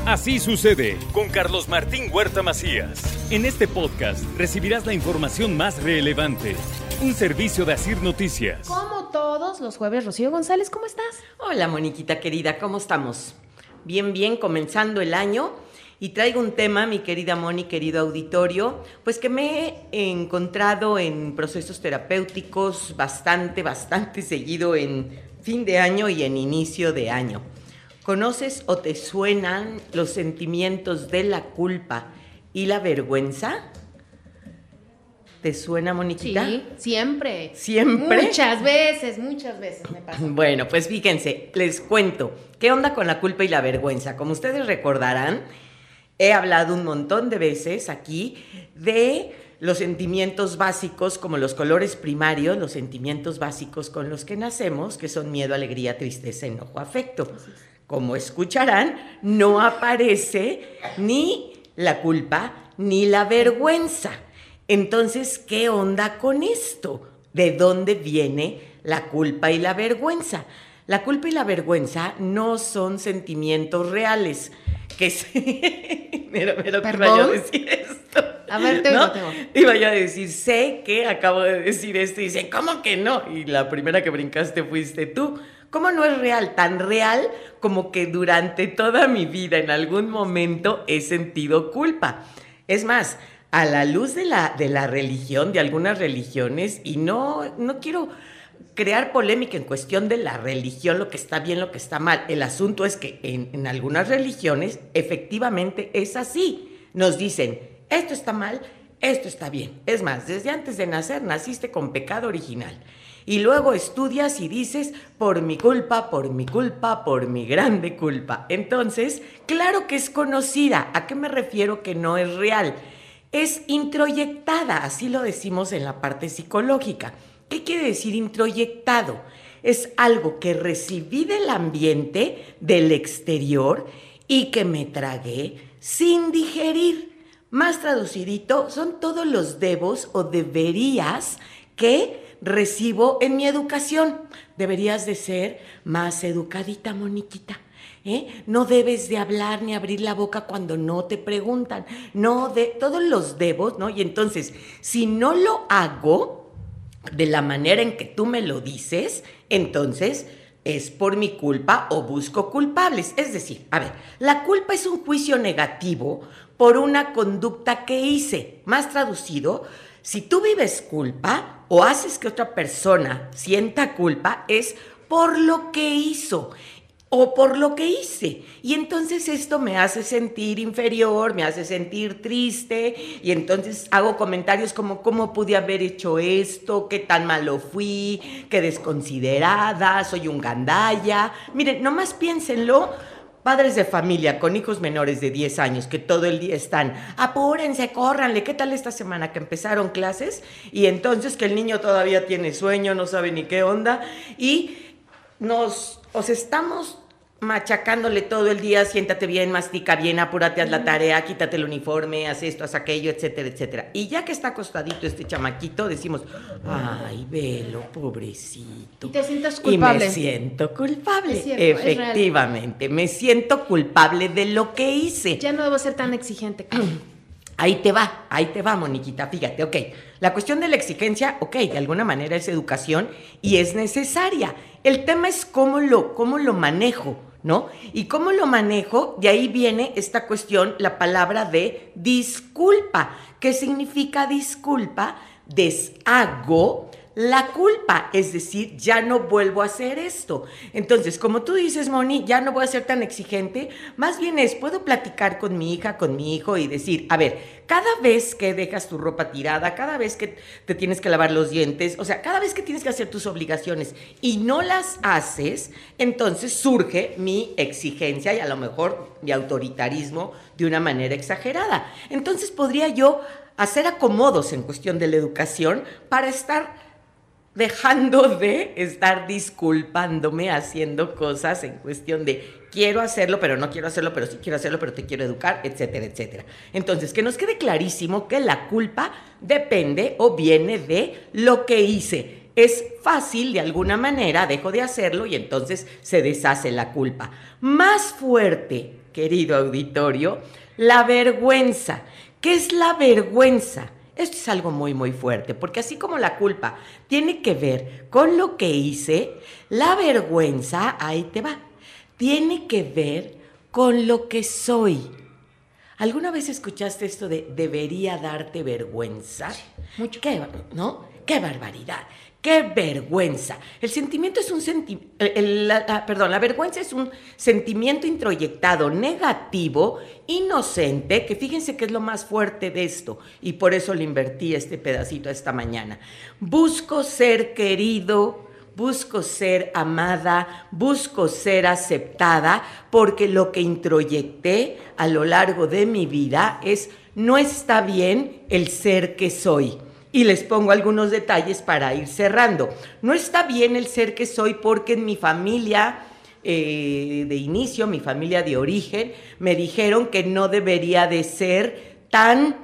Así sucede con Carlos Martín Huerta Macías. En este podcast recibirás la información más relevante. Un servicio de Asir Noticias. Como todos los jueves, Rocío González, ¿cómo estás? Hola, Moniquita querida, ¿cómo estamos? Bien, comenzando el año. Y traigo un tema, mi querida Moni, querido auditorio, pues que me he encontrado en procesos terapéuticos bastante seguido en fin de año y en inicio de año. ¿Conoces o te suenan los sentimientos de la culpa y la vergüenza? ¿Te suena, Moniquita? Sí, siempre. ¿Siempre? Muchas veces me pasa. Bueno, pues fíjense, les cuento. ¿Qué onda con la culpa y la vergüenza? Como ustedes recordarán, he hablado un montón de veces aquí de los sentimientos básicos como los colores primarios, los sentimientos básicos con los que nacemos, que son miedo, alegría, tristeza, enojo, afecto. Como escucharán, no aparece ni la culpa ni la vergüenza. Entonces, ¿qué onda con esto? ¿De dónde viene la culpa y la vergüenza? La culpa y la vergüenza no son sentimientos reales. Mira, que iba yo a decir esto. A ver, te ¿no? oigo. Iba yo a decir, sé que acabo de decir esto y dice, ¿cómo que no? Y la primera que brincaste fuiste tú. ¿Cómo no es real? Tan real como que durante toda mi vida en algún momento he sentido culpa. Es más, a la luz de la religión, de algunas religiones, y no quiero crear polémica en cuestión de la religión, lo que está bien, lo que está mal. El asunto es que en algunas religiones efectivamente es así. Nos dicen, esto está mal, esto está bien. Es más, desde antes de nacer naciste con pecado original. Y luego estudias y dices, por mi culpa, por mi grande culpa. Entonces, claro que es conocida. ¿A qué me refiero que no es real? Es introyectada, así lo decimos en la parte psicológica. ¿Qué quiere decir introyectado? Es algo que recibí del ambiente, del exterior, y que me tragué sin digerir. Más traducidito, son todos los debos o deberías que recibo en mi educación. Deberías de ser más educadita, Moniquita. No debes de hablar ni abrir la boca cuando no te preguntan. Todos los debos, ¿no? Y entonces, si no lo hago de la manera en que tú me lo dices, entonces es por mi culpa o busco culpables. Es decir, a ver, la culpa es un juicio negativo por una conducta que hice. Más traducido, si tú vives culpa o haces que otra persona sienta culpa, es por lo que hizo o por lo que hice. Y entonces esto me hace sentir inferior, me hace sentir triste, y entonces hago comentarios como, ¿cómo pude haber hecho esto? ¿Qué tan malo fui? ¿Qué desconsiderada? ¿Soy un gandalla? Miren, nomás piénsenlo. Padres de familia con hijos menores de 10 años que todo el día están, apúrense, córranle, ¿qué tal esta semana que empezaron clases? Y entonces que el niño todavía tiene sueño, no sabe ni qué onda, y os estamos machacándole todo el día, siéntate bien, mastica bien, apúrate, haz la tarea, quítate el uniforme, haz esto, haz aquello, etcétera, etcétera. Y ya que está acostadito este chamaquito, decimos, ay, velo, pobrecito. Y te sientes culpable. Y me siento culpable, es cierto, efectivamente, me siento culpable de lo que hice. Ya no debo ser tan exigente. Ahí te va, Moniquita, fíjate, ok. La cuestión de la exigencia, ok, de alguna manera es educación y es necesaria. El tema es cómo lo manejo, ¿no? Y cómo lo manejo, de ahí viene esta cuestión, la palabra de disculpa. ¿Qué significa disculpa? Deshago la culpa, es decir, ya no vuelvo a hacer esto. Entonces, como tú dices, Moni, ya no voy a ser tan exigente, más bien puedo platicar con mi hija, con mi hijo y decir, a ver, cada vez que dejas tu ropa tirada, cada vez que te tienes que lavar los dientes, o sea, cada vez que tienes que hacer tus obligaciones y no las haces, entonces surge mi exigencia y a lo mejor mi autoritarismo de una manera exagerada. Entonces podría yo hacer acomodos en cuestión de la educación para estar dejando de estar disculpándome haciendo cosas en cuestión de quiero hacerlo, pero no quiero hacerlo, pero sí quiero hacerlo, pero te quiero educar, etcétera, etcétera. Entonces, que nos quede clarísimo que la culpa depende o viene de lo que hice. es fácil, de alguna manera, dejo de hacerlo y entonces se deshace la culpa. Más fuerte, querido auditorio, la vergüenza. ¿Qué es la vergüenza? Esto es algo muy, muy fuerte, porque así como la culpa tiene que ver con lo que hice, la vergüenza, ahí te va, tiene que ver con lo que soy. ¿Alguna vez escuchaste esto de debería darte vergüenza? Mucho. ¿No? ¡Qué barbaridad! ¡Qué vergüenza! El sentimiento es la vergüenza es un sentimiento introyectado negativo, inocente, que fíjense que es lo más fuerte de esto, y por eso le invertí este pedacito esta mañana. Busco ser querido, busco ser amada, busco ser aceptada, porque lo que introyecté a lo largo de mi vida es no está bien el ser que soy. Y les pongo algunos detalles para ir cerrando. No está bien el ser que soy porque en mi familia de inicio, mi familia de origen, me dijeron que no debería de ser tan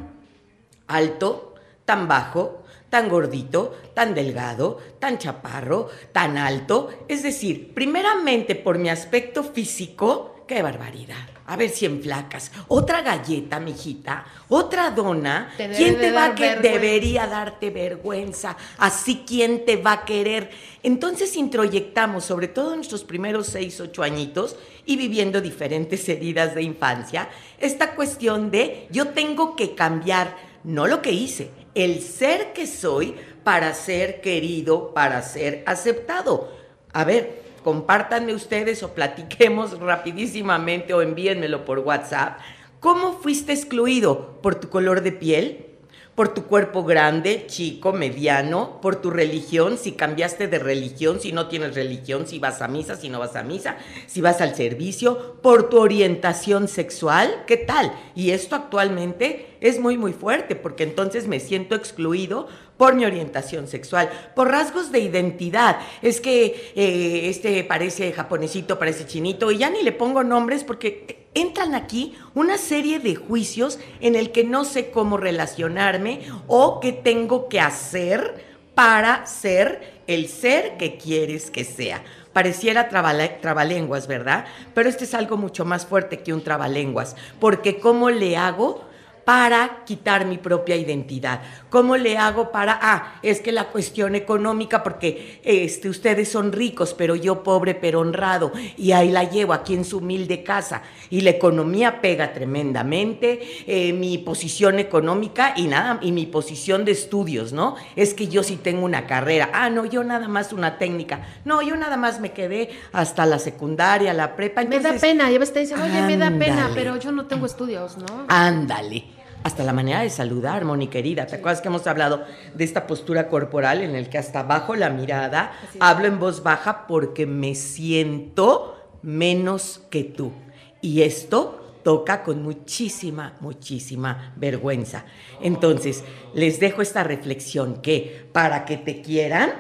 alto, tan bajo, tan gordito, tan delgado, tan chaparro, tan alto. Es decir, primeramente por mi aspecto físico, ¡qué barbaridad! A ver si enflacas. Otra galleta, mijita, otra dona. ¿Quién te va a querer? Debería darte vergüenza. Así, ¿quién te va a querer? Entonces introyectamos, sobre todo en nuestros primeros 6, 8 añitos, y viviendo diferentes heridas de infancia, esta cuestión de yo tengo que cambiar, no lo que hice, el ser que soy para ser querido, para ser aceptado. A ver, compártanme ustedes o platiquemos rapidísimamente o envíenmelo por WhatsApp. ¿Cómo fuiste excluido? ¿Por tu color de piel? ¿Por tu cuerpo grande, chico, mediano? ¿Por tu religión? Si cambiaste de religión, si no tienes religión, si vas a misa, si no vas a misa, si vas al servicio. ¿Por tu orientación sexual? ¿Qué tal? Y esto actualmente es muy, muy fuerte, porque entonces me siento excluido por mi orientación sexual, por rasgos de identidad. Es que este parece japonesito, parece chinito, y ya ni le pongo nombres porque entran aquí una serie de juicios en el que no sé cómo relacionarme o qué tengo que hacer para ser el ser que quieres que sea. Pareciera trabalenguas, ¿verdad? Pero este es algo mucho más fuerte que un trabalenguas, porque ¿cómo le hago para quitar mi propia identidad? ¿Cómo le hago para, es que la cuestión económica, porque ustedes son ricos, pero yo pobre pero honrado, y ahí la llevo aquí en su humilde casa, y la economía pega tremendamente, mi posición económica y mi posición de estudios, ¿no? Es que yo sí tengo una carrera, no, yo nada más una técnica, no, yo nada más me quedé hasta la secundaria, la prepa. Entonces, me da pena, ya ves, te dicen, oye, me da pena, pero yo no tengo estudios, ¿no? Ándale. Hasta la manera de saludar, Moni querida. ¿Te acuerdas que hemos hablado de esta postura corporal en el que hasta bajo la mirada hablo en voz baja porque me siento menos que tú? Y esto toca con muchísima, muchísima vergüenza. Entonces, les dejo esta reflexión que para que te quieran,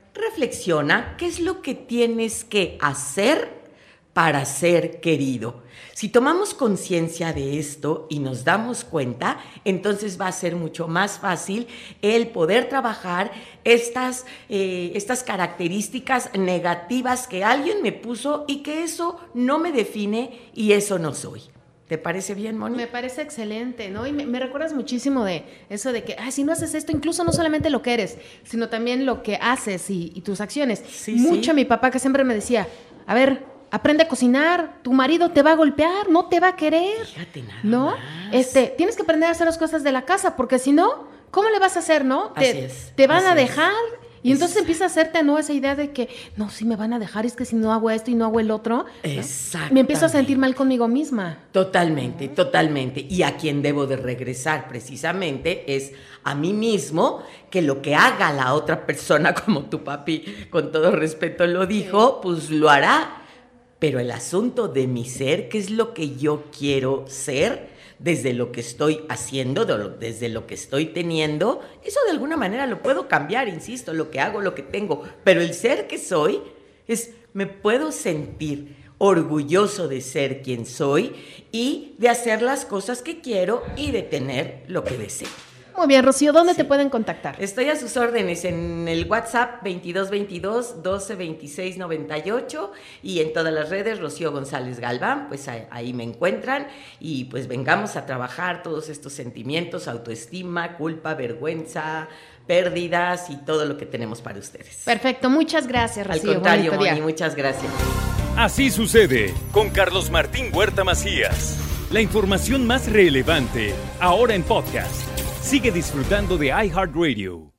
reflexiona qué es lo que tienes que hacer para ser querido. Si tomamos conciencia de esto y nos damos cuenta, entonces va a ser mucho más fácil el poder trabajar estas características negativas que alguien me puso y que eso no me define y eso no soy. ¿Te parece bien, Moni? Me parece excelente, ¿no? Y me recuerdas muchísimo de eso de que, si no haces esto, incluso no solamente lo que eres, sino también lo que haces y tus acciones. Sí, Mucho mi papá que siempre me decía, a ver, aprende a cocinar, tu marido te va a golpear, no te va a querer. Fíjate nada ¿no? más. Tienes que aprender a hacer las cosas de la casa, porque si no, ¿cómo le vas a hacer, no? Te van a dejar. Y entonces empieza a hacerte, ¿no? Esa idea de que, no, sí me van a dejar, es que si no hago esto y no hago el otro, ¿no? Exactamente. Me empiezo a sentir mal conmigo misma. Totalmente, totalmente. Y a quien debo de regresar precisamente es a mí mismo, que lo que haga la otra persona, como tu papi con todo respeto lo dijo, pues lo hará. Pero el asunto de mi ser, ¿qué es lo que yo quiero ser? Desde lo que estoy haciendo, desde lo que estoy teniendo, eso de alguna manera lo puedo cambiar, insisto, lo que hago, lo que tengo. Pero el ser que soy me puedo sentir orgulloso de ser quien soy y de hacer las cosas que quiero y de tener lo que deseo. Muy bien, Rocío, ¿dónde te pueden contactar? Estoy a sus órdenes en el WhatsApp 2222 12 26 98 y en todas las redes Rocío González Galván, pues ahí me encuentran y pues vengamos a trabajar todos estos sentimientos, autoestima, culpa, vergüenza, pérdidas y todo lo que tenemos para ustedes. Perfecto, muchas gracias, Rocío. Al contrario, Moni, muchas gracias. Así sucede con Carlos Martín Huerta Macías. La información más relevante, ahora en podcast. Sigue disfrutando de iHeartRadio.